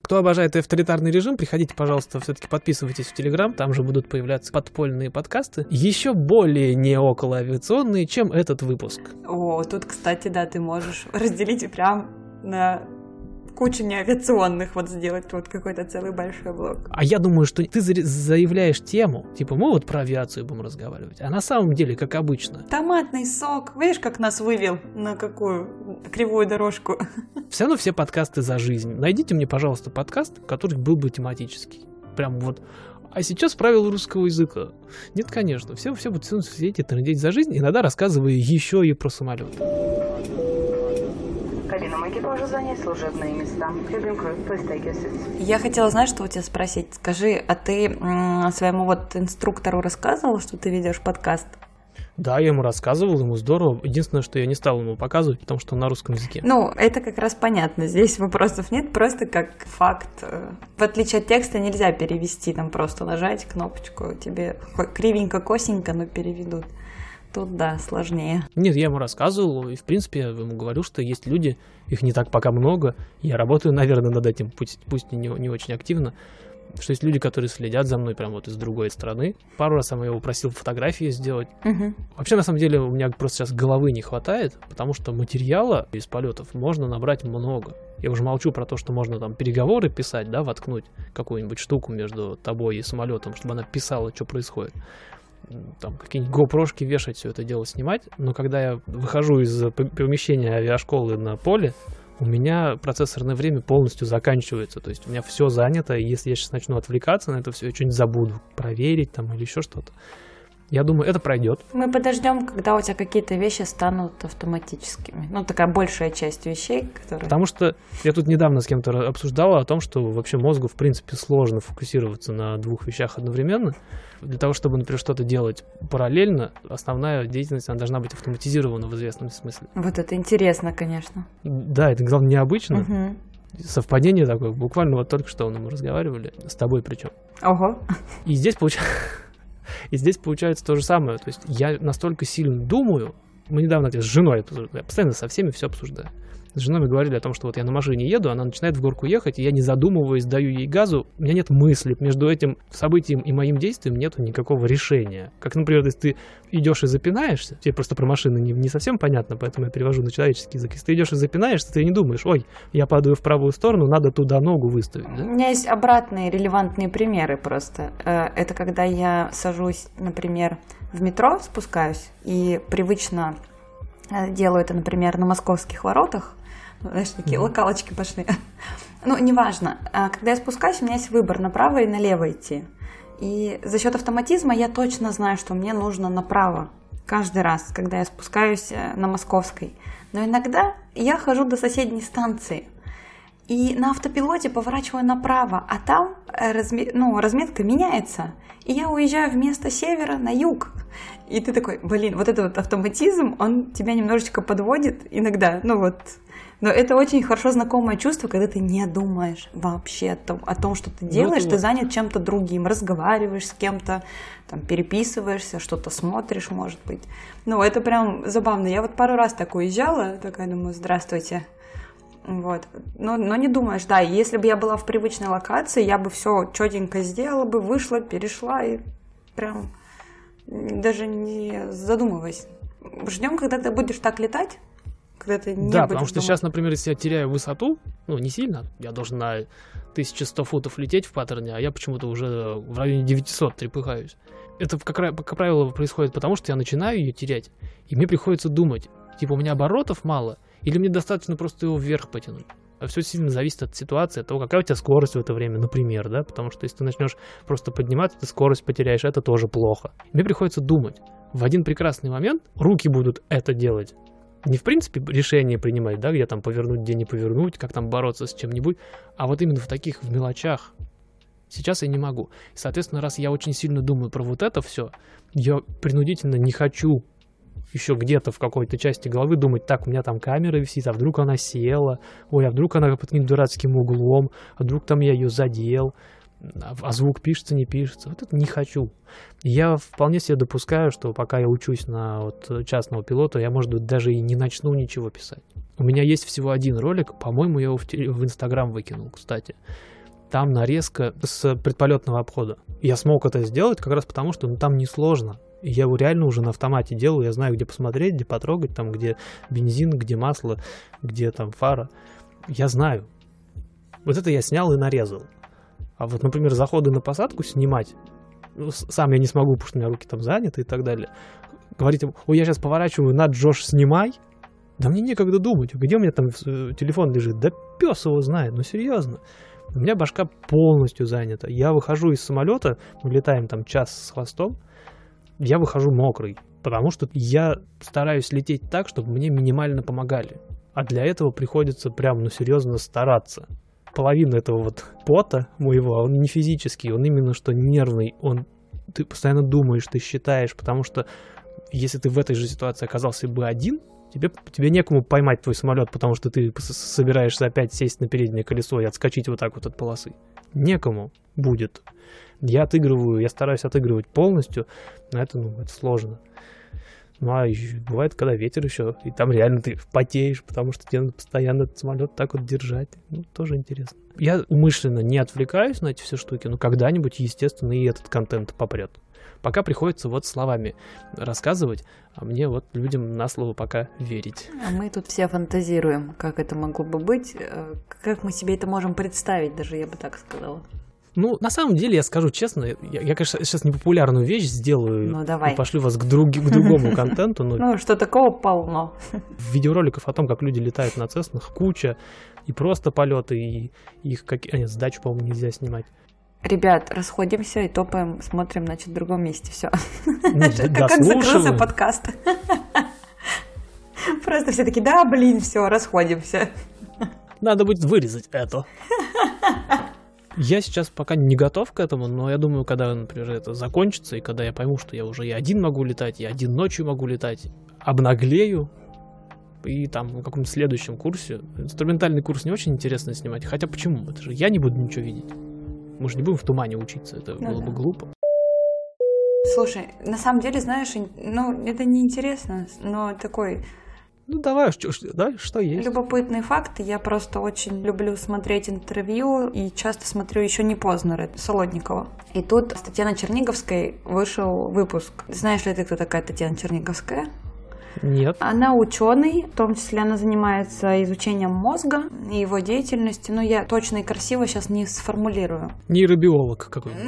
Кто обожает авторитарный режим, приходите, пожалуйста, все-таки подписывайтесь в Телеграм, там же будут появляться подпольные подкасты, еще более не околоавиационные, чем этот выпуск. О, тут, кстати, да, ты можешь разделить прям на кучу неавиационных, вот сделать вот какой-то целый большой блок. А я думаю, что ты заявляешь тему, типа мы вот про авиацию будем разговаривать, а на самом деле, как обычно. Томатный сок, видишь, как нас вывел на какую кривую дорожку. Все равно все подкасты за жизнь. Найдите мне, пожалуйста, подкаст, который был бы тематический. Прям вот. А сейчас правила русского языка. Нет, конечно. Все будут сидеть и трындеть за жизнь, иногда рассказывая еще и про самолет. Кабинам экипажа занять служебные места. Я хотела, знаешь, что у тебя спросить? Скажи, а ты своему вот инструктору рассказывал, что ты ведешь подкаст? Да, я ему рассказывал, ему здорово. Единственное, что я не стал ему показывать, потому что он на русском языке. Ну, это как раз понятно. Здесь вопросов нет, просто как факт. В отличие от текста нельзя перевести, там просто нажать кнопочку, тебе кривенько-косенько, но переведут. Тут, да, сложнее. Нет, я ему рассказывал, и, в принципе, я ему говорю, что есть люди, их не так пока много, я работаю, наверное, над этим, пусть и не очень активно, что есть люди, которые следят за мной прям вот из другой страны. Пару раз я его просил фотографии сделать. Угу. Вообще, на самом деле, у меня просто сейчас головы не хватает, потому что материала из полетов можно набрать много. Я уже молчу про то, что можно там переговоры писать, да, воткнуть какую-нибудь штуку между тобой и самолетом, чтобы она писала, что происходит. Там какие-нибудь GoPro-шки вешать, все это дело снимать. Но когда я выхожу из помещения авиашколы на поле, у меня процессорное время полностью заканчивается. То есть у меня все занято, и если я сейчас начну отвлекаться на это все, я что-нибудь забуду проверить там или еще что-то. Я думаю, это пройдет. Мы подождем, когда у тебя какие-то вещи станут автоматическими. Ну, такая большая часть вещей, которые... Потому что я тут недавно с кем-то обсуждала о том, что вообще мозгу, в принципе, сложно фокусироваться на двух вещах одновременно. Для того, чтобы, например, что-то делать параллельно, основная деятельность, она должна быть автоматизирована в известном смысле. Вот это интересно, конечно. Да, это, главное, необычно. Угу. Совпадение такое. Буквально вот только что мы разговаривали, с тобой причем. Ого. И здесь получается то же самое. То есть я настолько сильно думаю, мы недавно с женой, я постоянно со всеми все обсуждаю. С женой мы говорили о том, что вот я на машине еду, она начинает в горку ехать, и я, не задумываясь, даю ей газу. У меня нет мысли. Между этим событием и моим действием нету никакого решения. Как, например, если ты идешь и запинаешься, тебе просто про машины не совсем понятно, поэтому я перевожу на человеческий язык. Если ты идешь и запинаешься, ты не думаешь, ой, я падаю в правую сторону, надо туда ногу выставить. Да? У меня есть обратные релевантные примеры просто. Это когда я сажусь, например, в метро, спускаюсь, и привычно делаю это, например, на Московских воротах. Знаешь, такие локалочки пошли. Ну, неважно. Когда я спускаюсь, у меня есть выбор, направо и налево идти. И за счет автоматизма я точно знаю, что мне нужно направо. Каждый раз, когда я спускаюсь на Московской. Но иногда я хожу до соседней станции. И на автопилоте поворачиваю направо, а там разметка меняется. И я уезжаю вместо севера на юг. И ты такой, блин, вот этот вот автоматизм, он тебя немножечко подводит иногда. Но это очень хорошо знакомое чувство, когда ты не думаешь вообще о том, что ты делаешь, ты занят чем-то другим, разговариваешь с кем-то, там, переписываешься, что-то смотришь, может быть. Это прям забавно. Я вот пару раз так уезжала, такая думаю, здравствуйте. Вот. Но не думаешь, да, если бы я была в привычной локации, я бы все четенько сделала бы, вышла, перешла и прям даже не задумываясь. Ждем, когда ты будешь так летать. Когда ты не да, будешь потому что думать. сейчас, например, если я теряю высоту, не сильно, я должен на 1100 футов лететь в паттерне, а я почему-то уже в районе 900 трепыхаюсь. Это, как правило, происходит потому, что я начинаю ее терять, и мне приходится думать, типа, у меня оборотов мало, или мне достаточно просто его вверх потянуть. А все сильно зависит от ситуации, от того, какая у тебя скорость в это время, например, да, потому что если ты начнешь просто подниматься, ты скорость потеряешь, это тоже плохо. Мне приходится думать. В один прекрасный момент руки будут это делать. Не в принципе решение принимать, да, где там повернуть, где не повернуть, как там бороться с чем-нибудь, а вот именно в мелочах. Сейчас я не могу. И, соответственно, раз я очень сильно думаю про вот это все, я принудительно не хочу еще где-то в какой-то части головы думать, так, у меня там камера висит, а вдруг она села, ой, а вдруг она под каким-то дурацким углом, а вдруг там я ее задел, а звук пишется, не пишется. Вот это не хочу. Я вполне себе допускаю, что пока я учусь на частного пилота, я, может быть, даже и не начну ничего писать. У меня есть всего один ролик, по-моему, я его в Инстаграм выкинул, кстати. там нарезка с предполетного обхода. Я смог это сделать как раз потому, что там несложно. И я его реально уже на автомате делаю, я знаю, где посмотреть, где потрогать, там, где бензин, где масло, где там фара. Я знаю. Вот это я снял и нарезал. А вот, например, заходы на посадку снимать, сам я не смогу, потому что у меня руки там заняты и так далее. Говорить им, ой, я сейчас поворачиваю, на, Джош, снимай. Да мне некогда думать, где у меня там телефон лежит. Да пес его знает, ну серьезно. У меня башка полностью занята. Я выхожу из самолета, мы летаем там час с хвостом, я выхожу мокрый, потому что я стараюсь лететь так, чтобы мне минимально помогали. А для этого приходится прям, ну серьезно стараться. Половина этого вот пота моего, он не физический, он именно что нервный, ты постоянно думаешь, ты считаешь, потому что если ты в этой же ситуации оказался бы один, тебе некому поймать твой самолет, потому что ты собираешься опять сесть на переднее колесо и отскочить вот так вот от полосы. Некому будет. Я стараюсь отыгрывать полностью, но это сложно. Ну, а бывает, когда ветер еще, и там реально ты потеешь, потому что тебе надо постоянно этот самолет так вот держать. Ну, тоже интересно. Я умышленно не отвлекаюсь на эти все штуки, но когда-нибудь, естественно, и этот контент попрет. Пока приходится вот словами рассказывать, а мне вот людям на слово пока верить. А мы тут все фантазируем, как это могло бы быть, как мы себе это можем представить, даже я бы так сказала. Ну, на самом деле, я скажу честно, я, конечно, сейчас непопулярную вещь сделаю. Ну, давай. И пошлю вас к другому контенту. Ну, что такого полно. Видеороликов о том, как люди летают на Цеснах, куча. И просто полеты, и их нет, сдачу, по-моему, нельзя снимать. Ребят, расходимся и топаем, смотрим, значит, в другом месте. Все. Как закрылся подкаст. Просто все такие, да, блин, все, расходимся. Надо будет вырезать это. Я сейчас пока не готов к этому, но я думаю, когда, например, это закончится, и когда я пойму, что я уже и один могу летать, и один ночью могу летать, обнаглею, и там на каком-то следующем курсе. Инструментальный курс не очень интересно снимать, хотя почему? Это же я не буду ничего видеть. Мы же не будем в тумане учиться, это было бы глупо. Слушай, на самом деле, знаешь, это неинтересно, но такой... Ну, давай, что есть. Любопытный факт. Я просто очень люблю смотреть интервью и часто смотрю еще не Познера, Солодникова. И тут с Татьяной Черниговской вышел выпуск. Знаешь ли ты, кто такая Татьяна Черниговская? Нет. Она ученый, в том числе она занимается изучением мозга и его деятельности. Но я точно и красиво сейчас не сформулирую. Нейробиолог какой-то.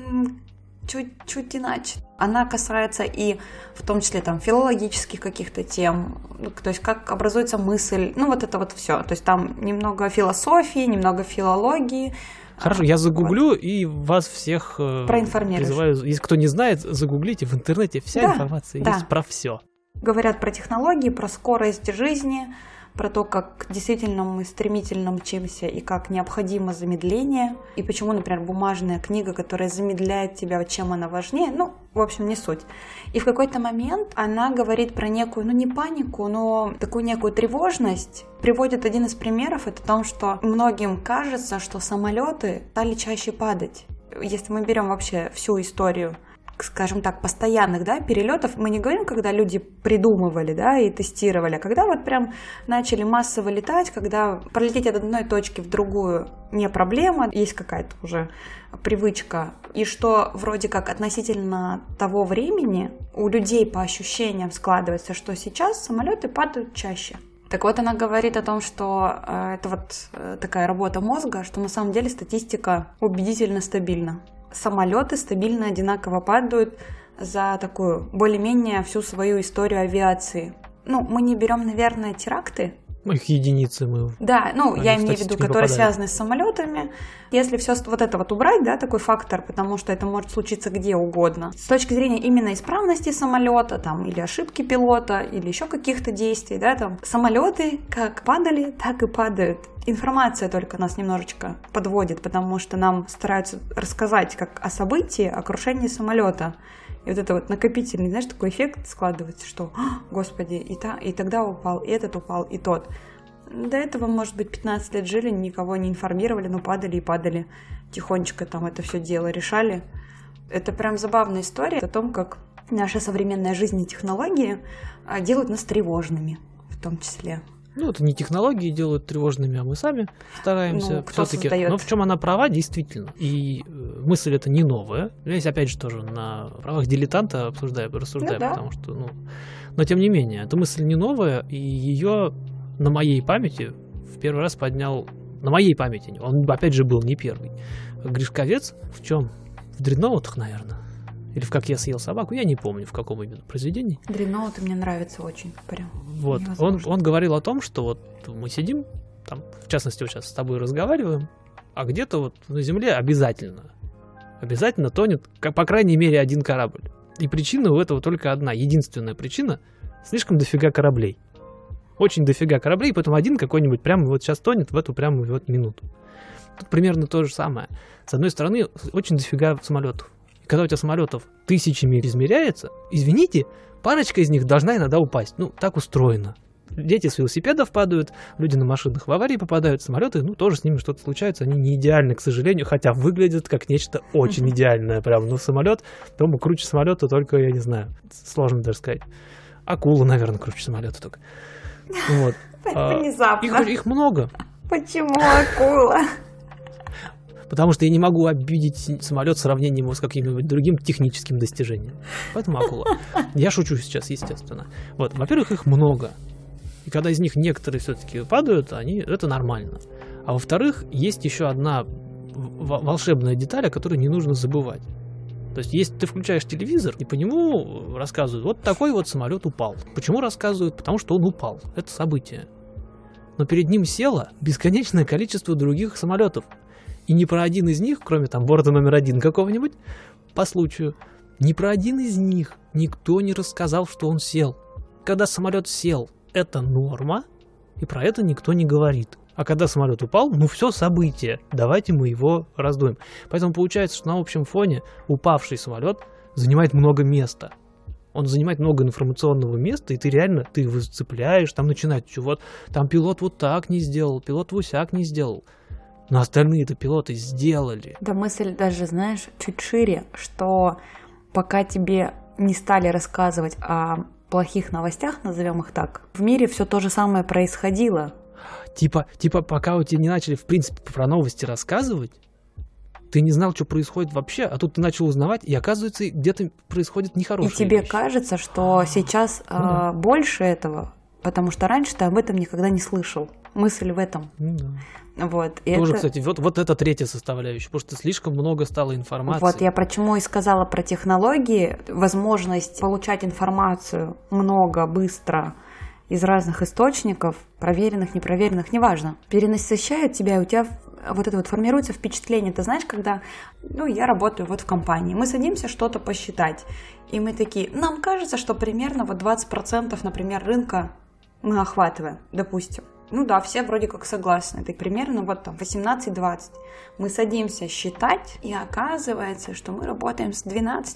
Чуть иначе. Она касается и в том числе там филологических каких-то тем, то есть как образуется мысль, вот это вот все. То есть там немного философии, немного филологии. Хорошо, я загуглю и вас всех призываю. Если кто не знает, загуглите, в интернете вся информация есть про все. Говорят про технологии, про скорость жизни, про то, как действительно мы стремительно мчимся и как необходимо замедление, и почему, например, бумажная книга, которая замедляет тебя, чем она важнее, в общем, не суть. И в какой-то момент она говорит про некую, не панику, но такую некую тревожность. Приводит один из примеров, это о том, что многим кажется, что самолеты стали чаще падать. Если мы берем вообще всю историю, скажем так, постоянных, перелетов, мы не говорим, когда люди придумывали, и тестировали, а когда вот прям начали массово летать, когда пролететь от одной точки в другую не проблема, есть какая-то уже привычка, и что вроде как относительно того времени у людей по ощущениям складывается, что сейчас самолеты падают чаще. Так вот, она говорит о том, что это вот такая работа мозга, что на самом деле статистика убедительно стабильна. Самолеты стабильно одинаково падают за такую более-менее всю свою историю авиации. Мы не берем, наверное, теракты. Их единицы мы... Да, я имею в виду, которые связаны с самолетами. Если все вот это вот убрать, такой фактор, потому что это может случиться где угодно. С точки зрения именно исправности самолета, или ошибки пилота, или еще каких-то действий, самолеты как падали, так и падают. Информация только нас немножечко подводит, потому что нам стараются рассказать как о событии, о крушении самолета. И вот это вот накопительный, такой эффект складывается, что, господи, и тогда упал, и этот упал, и тот. До этого, может быть, 15 лет жили, никого не информировали, но падали и падали. Тихонечко это все дело решали. Это прям забавная история о том, как наша современная жизнь и технологии делают нас тревожными, в том числе. Ну, это не технологии делают тревожными, а мы сами стараемся. Ну, кто все-таки. создает? Но в чем она права, действительно. И мысль эта не новая. Здесь, опять же, тоже на правах дилетанта рассуждаем, да. потому что, но тем не менее, эта мысль не новая, и ее на моей памяти в первый раз поднял, на моей памяти, он, опять же, был не первый. Гришковец в чем? В «Дредноутах», наверное. Или в «Как я съел собаку», я не помню, в каком именно произведении. Дредноуты мне нравятся очень, прям. Вот, он говорил о том, что вот мы сидим, там, в частности, вот сейчас с тобой разговариваем, а где-то вот на Земле обязательно тонет, по крайней мере, один корабль. И причина у этого только одна, единственная причина — слишком дофига кораблей. Очень дофига кораблей, поэтому один какой-нибудь прямо вот сейчас тонет в эту прямо вот минуту. Тут примерно то же самое. С одной стороны, очень дофига самолетов. И когда у тебя самолетов тысячами измеряется, извините, парочка из них должна иногда упасть. Ну, так устроено. Дети с велосипедов падают, люди на машинах в аварии попадают, самолеты, тоже с ними что-то случается, они не идеальны, к сожалению, хотя выглядят как нечто очень идеальное, прям, самолет, дома круче самолета, только, я не знаю, сложно даже сказать. Акула, наверное, круче самолета только. Вот. Внезапно. Их много. Почему акула? Потому что я не могу обидеть самолет сравнением его с каким-нибудь другим техническим достижением. Поэтому акула. Я шучу сейчас, естественно. Вот, во-первых, их много. И когда из них некоторые все-таки падают, это нормально. А во-вторых, есть еще одна волшебная деталь, о которой не нужно забывать. То есть, если ты включаешь телевизор, и по нему рассказывают, вот такой вот самолет упал. Почему рассказывают? Потому что он упал. Это событие. Но перед ним село бесконечное количество других самолетов. И ни про один из них, кроме там борта номер 1 какого-нибудь, по случаю, ни про один из них никто не рассказал, что он сел. Когда самолет сел, это норма, и про это никто не говорит. А когда самолет упал, все событие, давайте мы его раздуем. Поэтому получается, что на общем фоне упавший самолет занимает много места. Он занимает много информационного места, и ты его зацепляешь, там начинает, вот, там пилот вот так не сделал, пилот вот сяк не сделал. Но остальные-то пилоты сделали. Да мысль даже, знаешь, чуть шире, что пока тебе не стали рассказывать о плохих новостях, назовем их так, в мире все то же самое происходило. Типа, пока у тебя не начали, в принципе, про новости рассказывать, ты не знал, что происходит вообще, а тут ты начал узнавать, и оказывается, где-то происходит нехорошее. И тебе вещи. кажется, что сейчас больше этого, потому что раньше ты об этом никогда не слышал. Мысль в этом. Вот. И тоже, кстати, вот это третья составляющая, потому что слишком много стало информации. Вот я почему и сказала про технологии, возможность получать информацию много, быстро, из разных источников, проверенных, непроверенных, неважно, перенасыщает тебя, и у тебя вот это вот формируется впечатление. Ты знаешь, когда, я работаю вот в компании, мы садимся что-то посчитать, и мы такие, нам кажется, что примерно вот 20%, например, рынка мы охватываем, допустим. Все вроде как согласны. Это примерно 18-20. Мы садимся считать, и оказывается, что мы работаем с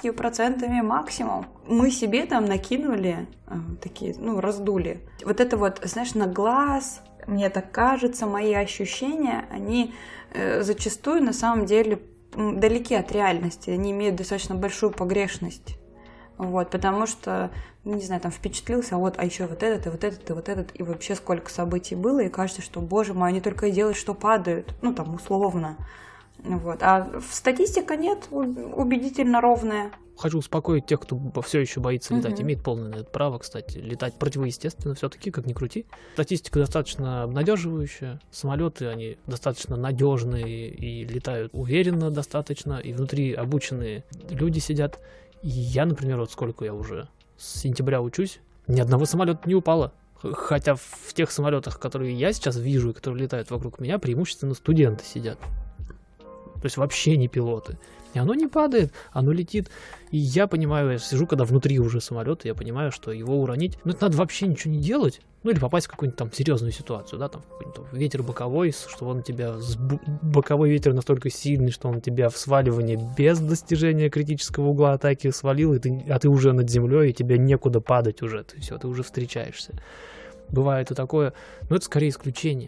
12% максимум. Мы себе там накинули такие, раздули. Вот это вот, знаешь, на глаз, мне так кажется, мои ощущения, они зачастую на самом деле далеки от реальности. Они имеют достаточно большую погрешность. Вот, потому что, впечатлился, а еще вот этот, и вот этот, и вот этот, и вообще сколько событий было, и кажется, что, боже мой, они только и делают, что падают, условно. Вот. А статистика нет, убедительно ровная. Хочу успокоить тех, кто все еще боится летать. Имеет полное на это право, кстати. Летать противоестественно все-таки, как ни крути. Статистика достаточно обнадеживающая. Самолеты, они достаточно надежные и летают уверенно достаточно. И внутри обученные люди сидят. И я, например, сколько я уже с сентября учусь, ни одного самолета не упало. Хотя в тех самолетах, которые я сейчас вижу и которые летают вокруг меня, преимущественно студенты сидят. То есть вообще не пилоты. И оно не падает, оно летит. И я понимаю, я сижу, когда внутри уже самолета, я понимаю, что его уронить, это надо вообще ничего не делать. Или попасть в какую-нибудь там серьезную ситуацию, да, там какой-нибудь ветер боковой, что он тебя, боковой ветер настолько сильный, что он тебя в сваливании без достижения критического угла атаки свалил, а ты уже над землей, и тебе некуда падать уже, ты уже встречаешься. Бывает и такое, но это скорее исключение.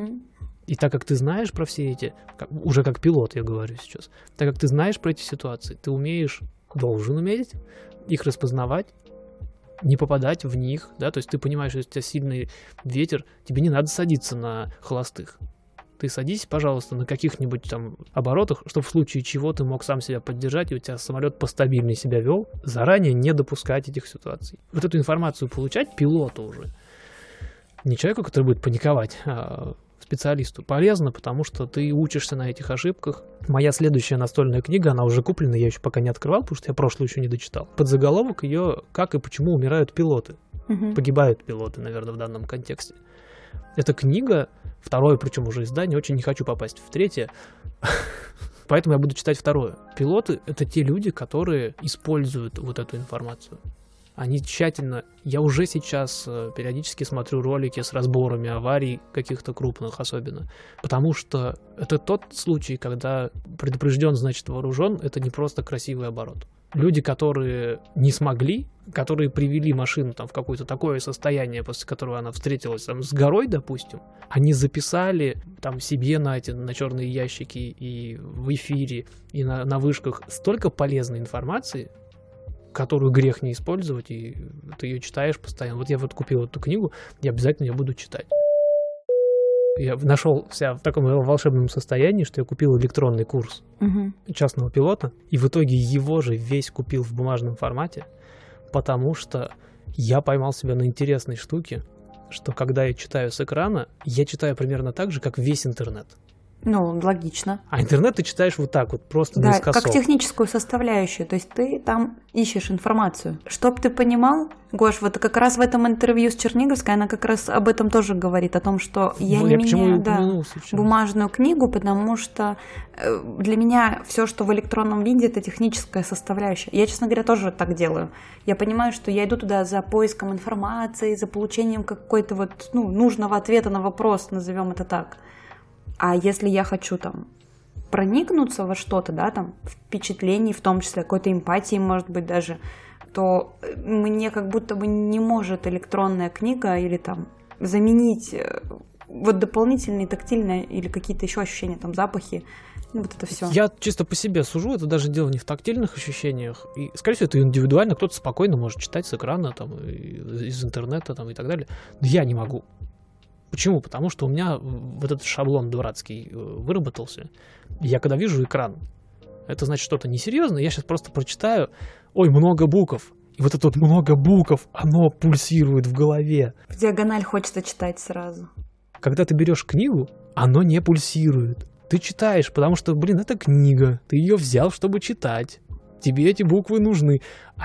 И так как ты знаешь про все эти, уже как пилот я говорю сейчас, так как ты знаешь про эти ситуации, ты должен уметь их распознавать не попадать в них, да, то есть ты понимаешь, что если у тебя сильный ветер, тебе не надо садиться на холостых. Ты садись, пожалуйста, на каких-нибудь там оборотах, чтобы в случае чего ты мог сам себя поддержать, и у тебя самолет постабильнее себя вел. Заранее не допускать этих ситуаций. Вот эту информацию получать пилоту уже. Не человеку, который будет паниковать, а специалисту. Полезно, потому что ты учишься на этих ошибках. Моя следующая настольная книга, она уже куплена, я еще пока не открывал, потому что я прошлую еще не дочитал. Подзаголовок ее «Как и почему умирают пилоты». Погибают пилоты, наверное, в данном контексте. Эта книга, второе, причем уже издание, очень не хочу попасть в третье, поэтому я буду читать второе. Пилоты — это те люди, которые используют вот эту информацию. Они тщательно... Я уже сейчас периодически смотрю ролики с разборами аварий, каких-то крупных особенно, потому что это тот случай, когда предупрежден, значит вооружен, это не просто красивый оборот. Люди, которые не смогли, которые привели машину там в какое-то такое состояние, после которого она встретилась там с горой, допустим, они записали там себе на черные ящики и в эфире, и на вышках столько полезной информации, которую грех не использовать, и ты ее читаешь постоянно. Вот я вот купил эту книгу, я обязательно ее буду читать. Я нашел себя в таком волшебном состоянии, что я купил электронный курс частного пилота, и в итоге его же весь купил в бумажном формате, потому что я поймал себя на интересной штуке, что когда я читаю с экрана, я читаю примерно так же, как весь интернет. Ну, логично. А интернет ты читаешь вот так вот, просто да, наискосок. как техническую составляющую. То есть ты там ищешь информацию. Чтоб ты понимал, Гош, вот как раз в этом интервью с Черниговской она как раз об этом тоже говорит, о том, что я не меняю бумажную книгу, потому что для меня все, что в электронном виде, это техническая составляющая. Я, честно говоря, тоже так делаю. Я понимаю, что я иду туда за поиском информации, за получением какой-то вот, нужного ответа на вопрос, назовем это так. А если я хочу там проникнуться во что-то, да, там, впечатлений, в том числе какой-то эмпатии, может быть, даже, то мне как будто бы не может электронная книга или там заменить вот дополнительные тактильные или какие-то еще ощущения, там, запахи, вот это все. Я чисто по себе сужу, это даже дело не в тактильных ощущениях, и, скорее всего, это индивидуально, кто-то спокойно может читать с экрана, там, из интернета, там, и так далее, но я не могу. Почему? Потому что у меня вот этот шаблон дурацкий выработался. Я когда вижу экран, это значит что-то несерьезное, я сейчас просто прочитаю, ой, много букв. И вот это вот много букв, оно пульсирует в голове. В диагональ хочется читать сразу. Когда ты берешь книгу, оно не пульсирует. Ты читаешь, потому что, это книга. Ты ее взял, чтобы читать. Тебе эти буквы нужны.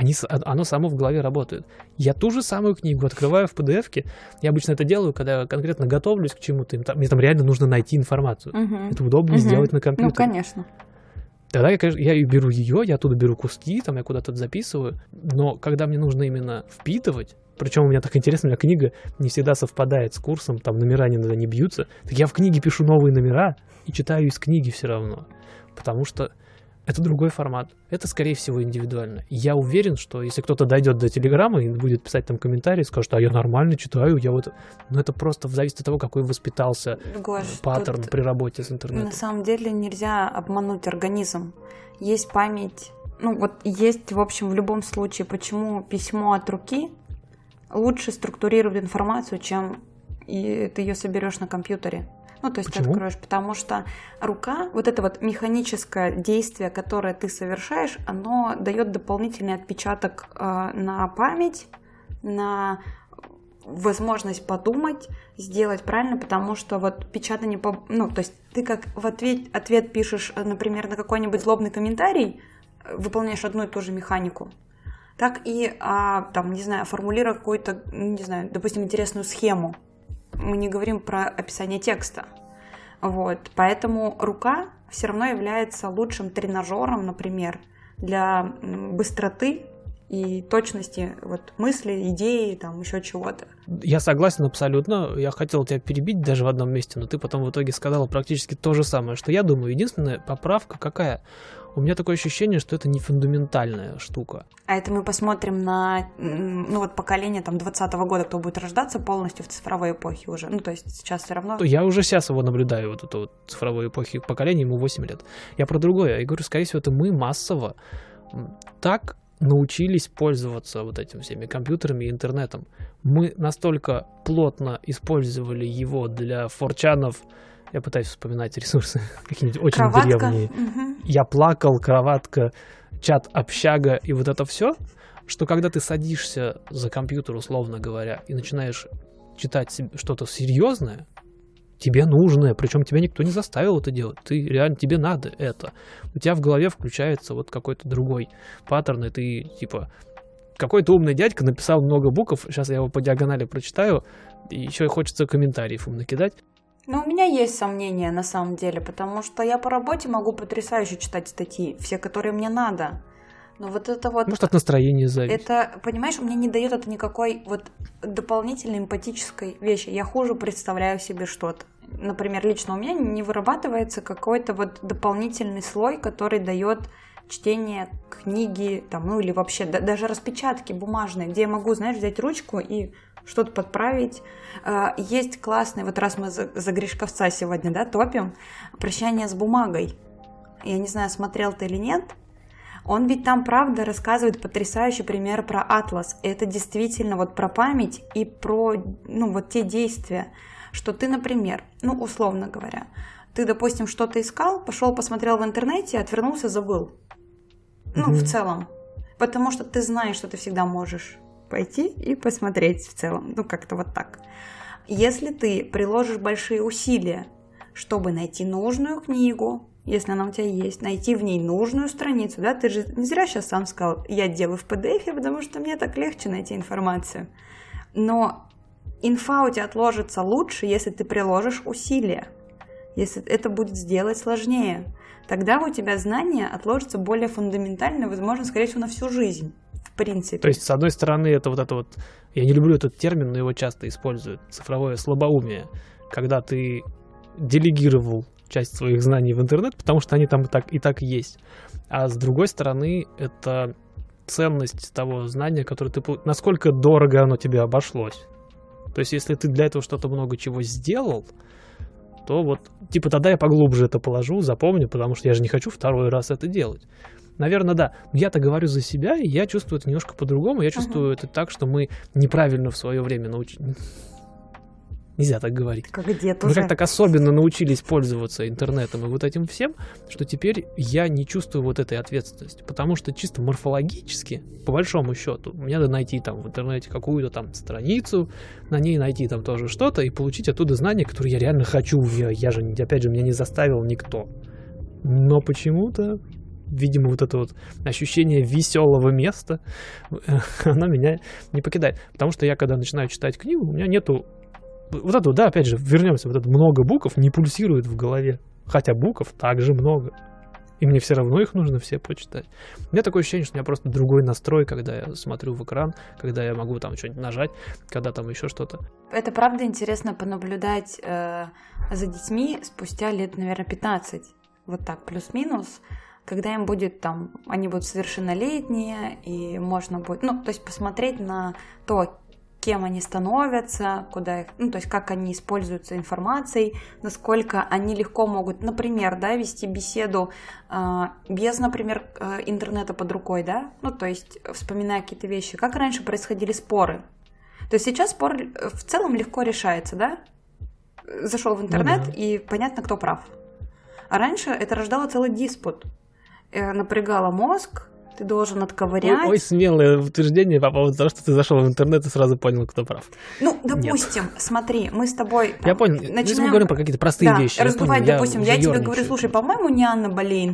Оно само в голове работает. Я ту же самую книгу открываю в PDF-ке. Я обычно это делаю, когда конкретно готовлюсь к чему-то. Мне там реально нужно найти информацию. Это удобно сделать на компьютере. Ну, конечно. Тогда я беру ее, я оттуда беру куски, там я куда-то записываю. Но когда мне нужно именно впитывать, причем у меня так интересно, у меня книга не всегда совпадает с курсом, там номера иногда не бьются, так я в книге пишу новые номера и читаю из книги все равно. Потому что это другой формат. Это, скорее всего, индивидуально. Я уверен, что если кто-то дойдет до Телеграма и будет писать там комментарии, скажет, а я нормально читаю, Но это просто зависит от того, какой воспитался паттерн при работе с интернетом. На самом деле нельзя обмануть организм. Есть память. Есть, в общем, в любом случае, почему письмо от руки лучше структурирует информацию, чем ты ее соберешь на компьютере. То есть ты откроешь, потому что рука, вот это вот механическое действие, которое ты совершаешь, оно дает дополнительный отпечаток на память, на возможность подумать, сделать правильно, потому что вот печатание, то есть ты как в ответ пишешь, например, на какой-нибудь злобный комментарий, выполняешь одну и ту же механику, так и, формулируя какую-то, допустим, интересную схему. Мы не говорим про описание текста. Поэтому рука все равно является лучшим тренажером, например, для быстроты и точности мысли, идеи, еще чего-то. Я согласен абсолютно. Я хотел тебя перебить даже в одном месте, но ты потом в итоге сказала практически то же самое, что я думаю. Единственная поправка какая? У меня такое ощущение, что это не фундаментальная штука. А это мы посмотрим на поколение 20-го года, кто будет рождаться полностью в цифровой эпохе уже. То есть сейчас все равно... Я уже сейчас его наблюдаю, эту цифровой эпохи поколения, ему 8 лет. Я про другое. Я говорю, скорее всего, это мы массово так научились пользоваться вот этими всеми компьютерами и интернетом. Мы настолько плотно использовали его для форчанов. Я пытаюсь вспоминать ресурсы какие-нибудь очень древние. Я плакал, кроватка, чат общага и вот это все, что когда ты садишься за компьютер, условно говоря, и начинаешь читать что-то серьезное, тебе нужное, причем тебя никто не заставил это делать, ты реально, тебе надо это. У тебя в голове включается вот какой-то другой паттерн, и ты типа какой-то умный дядька написал много букв, сейчас я его по диагонали прочитаю, и еще хочется комментариев им накидать. Ну, у меня есть сомнения на самом деле, потому что я по работе могу потрясающе читать статьи, все, которые мне надо. Но вот это вот... Может, от настроения зависит. Это, понимаешь, мне не дает это никакой вот дополнительной эмпатической вещи. Я хуже представляю себе что-то. Например, лично у меня не вырабатывается какой-то вот дополнительный слой, который дает чтение книги, там, ну или вообще даже распечатки бумажные, где я могу, знаешь, взять ручку и что-то подправить. Есть классный, вот раз мы за Гришковца сегодня, да, топим, «Прощание с бумагой». Я не знаю, смотрел ты или нет. Он ведь там, правда, рассказывает потрясающий пример про атлас. Это действительно вот про память и про, ну, вот те действия, что ты, например, ну, условно говоря, ты, допустим, что-то искал, пошел, посмотрел в интернете, отвернулся, забыл. Ну, в целом. Потому что ты знаешь, что ты всегда можешь пойти и посмотреть в целом. Ну, как-то вот так. Если ты приложишь большие усилия, чтобы найти нужную книгу, если она у тебя есть, найти в ней нужную страницу, да, ты же не зря сейчас сам сказал, я делаю в PDF, потому что мне так легче найти информацию. Но инфа у тебя отложится лучше, если ты приложишь усилия. Если это будет сделать сложнее, тогда у тебя знания отложатся более фундаментально, возможно, скорее всего, на всю жизнь, в принципе. То есть, с одной стороны, это вот, я не люблю этот термин, но его часто используют, цифровое слабоумие, когда ты делегировал часть своих знаний в интернет, потому что они там и так есть. А с другой стороны, это ценность того знания, которое ты... Насколько дорого оно тебе обошлось. То есть, если ты для этого что-то много чего сделал, то вот, типа, тогда я поглубже это положу, запомню, потому что я же не хочу второй раз это делать. Наверное, да. Но я-то говорю за себя, и я чувствую это немножко по-другому. Я чувствую это так, что мы неправильно в свое время научились... Нельзя так говорить. Как дед Мы уже. как так особенно научились пользоваться интернетом и вот этим всем, что теперь я не чувствую вот этой ответственности. Потому что чисто морфологически, по большому счету, мне надо найти там в интернете какую-то там страницу, на ней найти там тоже что-то и получить оттуда знания, которые я реально хочу. Я же, опять же, меня не заставил никто. Но почему-то, видимо, вот это вот ощущение веселого места, оно меня не покидает. Потому что я, когда начинаю читать книгу, у меня нету вот это, да, опять же, вернемся, вот это много букв не пульсирует в голове. Хотя букв также много. И мне все равно их нужно все почитать. У меня такое ощущение, что у меня просто другой настрой, когда я смотрю в экран, когда я могу там что-нибудь нажать, когда там еще что-то. Это правда интересно понаблюдать за детьми спустя лет, наверное, 15. Вот так, плюс-минус. Когда им будет там, они будут совершеннолетние, и можно будет, ну, то есть посмотреть на то, кем они становятся, куда их, ну, то есть как они используются информацией, насколько они легко могут, например, да, вести беседу без, например, интернета под рукой, да, ну, то есть вспоминая какие-то вещи, как раньше происходили споры. То есть сейчас спор в целом легко решается, да, зашел в интернет, Ну да. и понятно, кто прав. А раньше это рождало целый диспут, напрягало мозг, ты должен отковырять. Ой, смелое утверждение по поводу того, что ты зашел в интернет и сразу понял, кто прав. Ну, допустим, смотри, мы с тобой... Я понял. Если мы говорим про какие-то простые вещи. Раздувать, допустим, я тебе говорю, ерничаю. слушай, по-моему, не Анна Болейн,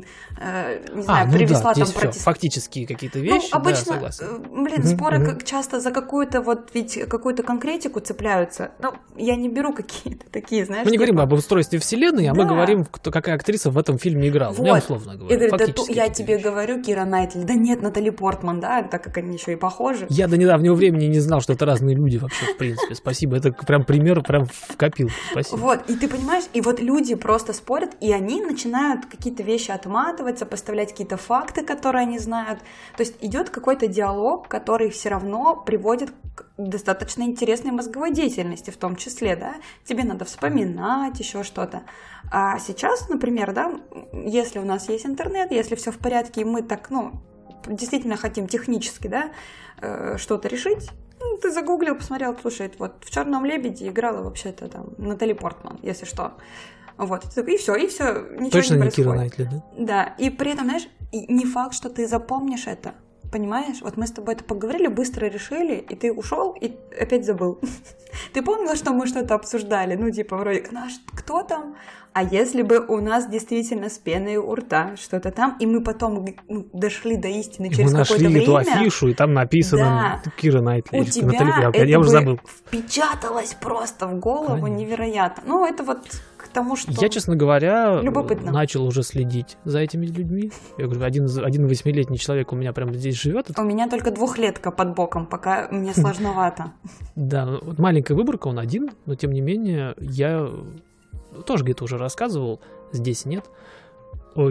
не знаю, ну привезла да, там здесь протест. фактические какие-то вещи, Ну, обычно, да, согласен. споры как часто за какую-то вот, ведь какую-то конкретику цепляются. Ну, я не беру какие-то такие, знаешь... Мы не говорим типа, об устройстве вселенной, а мы Да. говорим, какая актриса в этом фильме играла. Вот. Я условно говорю. И говорит, да фактически я какие-то тебе вещи. говорю, Кира Найтли, да нет, Натали Портман, да, так как они еще и похожи. Я до недавнего времени не знал, что это разные люди вообще, в принципе. Спасибо. Это прям пример, прям в копилку. Спасибо. Вот, и ты понимаешь, и вот люди просто спорят, и они начинают какие-то вещи отматывать, сопоставлять какие-то факты, которые они знают. То есть идет какой-то диалог, который все равно приводит к достаточно интересной мозговой деятельности в том числе, да. Тебе надо вспоминать еще что-то. А сейчас, например, да, если у нас есть интернет, если все в порядке, и мы так, ну, действительно хотим технически, да, что-то решить, ну, ты загуглил, посмотрел, слушай, вот в «Черном лебеде» играла вообще-то там Натали Портман, если что. Вот, и все, ничего точно не не происходит. Кира Найтли, да? Да, и при этом, знаешь, не факт, что ты запомнишь это. Понимаешь? Вот мы с тобой это поговорили, быстро решили, и ты ушел и опять забыл. Ты помнила, что мы что-то обсуждали? Ну, типа, вроде, кто там? А если бы у нас действительно с пеной у рта что-то там, и мы потом дошли до истины через мы какое-то нашли время... эту афишу, и там написано Кира Найтли. У тебя я уже забыл. впечаталось просто в голову. Конечно. Невероятно. Ну, это вот к тому, что... Я, честно говоря, любопытно. Начал уже следить за этими людьми. Я говорю, один 8-летний человек у меня прямо здесь живет. У меня только 2-летка под боком, пока мне сложновато. Да, вот маленькая выборка, он один, но тем не менее, я тоже где-то уже рассказывал, здесь нет. Он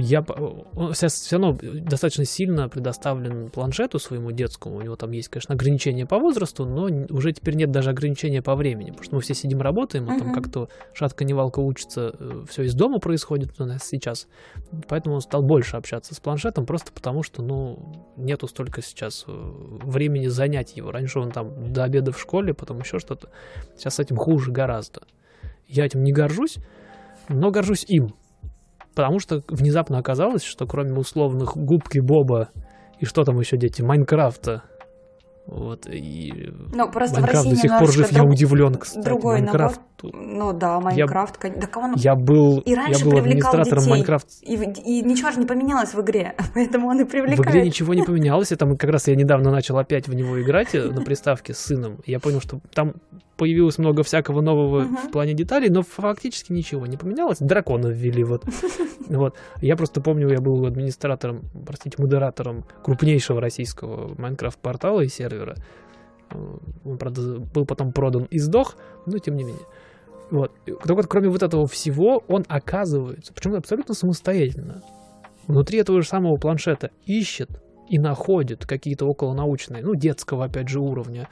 все равно достаточно сильно предоставлен планшету своему детскому. У него там есть, конечно, ограничения по возрасту, но уже теперь нет даже ограничения по времени, потому что мы все сидим, работаем, а там как-то шатка-невалка учится, все из дома происходит у нас сейчас. Поэтому он стал больше общаться с планшетом, просто потому что, нету столько сейчас времени занять его. Раньше он там до обеда в школе, потом еще что-то. Сейчас с этим хуже гораздо. Я этим не горжусь, но горжусь им. Потому что внезапно оказалось, что кроме условных Губки Боба и что там еще дети, Майнкрафта, вот, и просто Майнкрафт до сих пор жив, я удивлен, кстати. Другой Майнкрафт. Майнкрафт, да кого он... Я был детей, администратором Майнкрафт. И ничего же не поменялось в игре, поэтому он и привлекает. В игре ничего не поменялось, и там как раз я недавно начал опять в него играть на приставке с сыном. Я понял, что там появилось много всякого нового в плане деталей, но фактически ничего не поменялось. Дракона ввели, вот. Я просто помню, я был модератором крупнейшего российского Майнкрафт-портала и сервера. Он, правда, был потом продан и сдох, но тем не менее. Вот. Так вот, кроме вот этого всего, он оказывается, почему-то абсолютно самостоятельно, внутри этого же самого планшета ищет и находит какие-то околонаучные, детского, опять же, уровня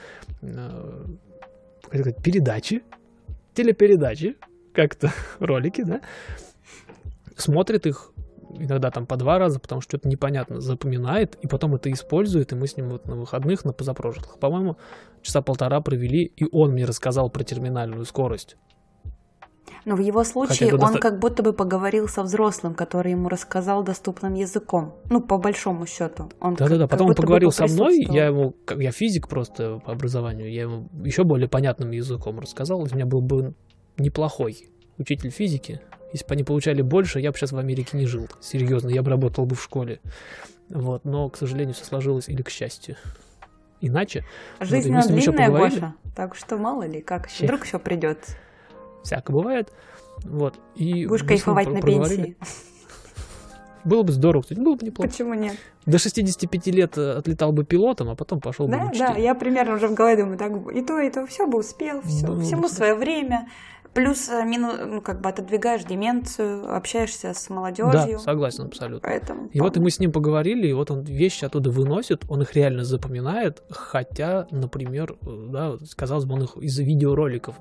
передачи, телепередачи, как-то ролики, да, смотрит их иногда там по 2 раза, потому что что-то непонятно запоминает, и потом это использует, и мы с ним вот на выходных, на позапрошлых, по-моему, 1.5 часа провели, и он мне рассказал про терминальную скорость. Но в его случае он как будто бы поговорил со взрослым, который ему рассказал доступным языком. По большому счету. Да-да-да, потом он поговорил со мной, я физик просто по образованию, я ему еще более понятным языком рассказал, у меня был бы неплохой учитель физики. Если бы они получали больше, я бы сейчас в Америке не жил. Серьезно, я бы работал бы в школе. Вот, но, к сожалению, все сложилось, или к счастью. Иначе. Жизнь длинная, Гоша, так что мало ли, как вдруг еще придет. Всяко бывает. Вот. И будешь кайфовать на пенсии. Было бы здорово, кстати, было бы неплохо. Почему нет? До 65 лет отлетал бы пилотом, а потом пошел бы в учитель. Да, я примерно уже в голове думаю, так и то, все бы успел, всему свое время. Плюс, отодвигаешь деменцию, общаешься с молодежью. Да, согласен абсолютно. Поэтому, вот и мы с ним поговорили, и вот он вещи оттуда выносит, он их реально запоминает, хотя, например, казалось бы, он их из видеороликов,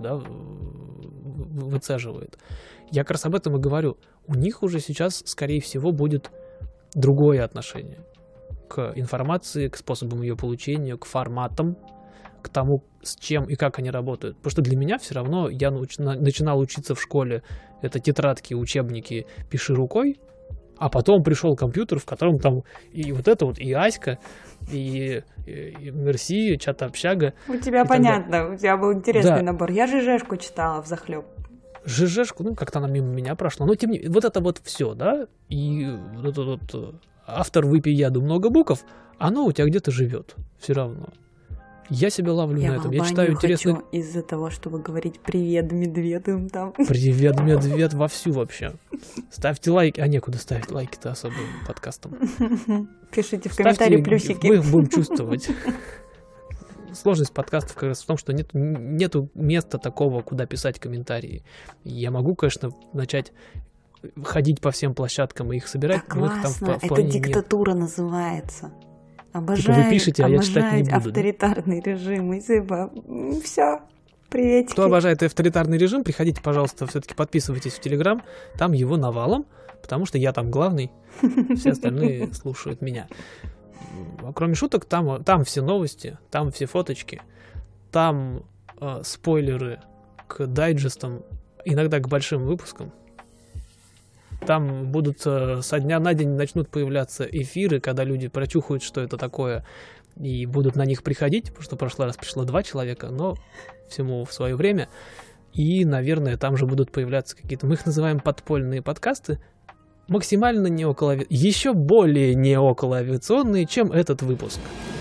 выцеживает. Я как раз об этом и говорю. У них уже сейчас, скорее всего, будет другое отношение к информации, к способам ее получения, к форматам, к тому, с чем и как они работают. Потому что для меня все равно, я начинал учиться в школе, это тетрадки, учебники, пиши рукой, а потом пришел компьютер, в котором там и вот это вот, и Аська, и Мерси, чат-общага. У тебя понятно, у тебя был интересный набор. Я ЖЖшку читала взахлеб. ЖЖшку, как-то она мимо меня прошла. Но тем не менее, вот это вот все, да, и вот этот вот автор «Выпей яду много букв», оно у тебя где-то живет все равно. Я себя ловлю на этом. Я читаю интересно. Хочу из-за того, чтобы говорить «Привет, медведям» там. Привет, медведь, вовсю вообще. Ставьте лайки. А некуда ставить лайки-то особо подкастом. Пишите в комментарии плюсики. Мы их будем чувствовать. Сложность подкастов как раз в том, что нету места такого, куда писать комментарии. Я могу, конечно, начать ходить по всем площадкам и их собирать. Да, классно. Это диктатура называется. Обожаю, вы пишете, а я читать не буду. Авторитарный режим. Все, приветики. Кто обожает авторитарный режим, приходите, пожалуйста, все-таки подписывайтесь в Телеграм. Там его навалом, потому что я там главный, все остальные слушают меня. кроме шуток, там все новости, там все фоточки, там спойлеры к дайджестам, иногда к большим выпускам. Там будут со дня на день начнут появляться эфиры, когда люди прочухают, что это такое, и будут на них приходить, потому что в прошлый раз пришло 2 человека, но всему в свое время. И, наверное, там же будут появляться какие-то, мы их называем подпольные подкасты, максимально еще более неоколоавиационные, чем этот выпуск.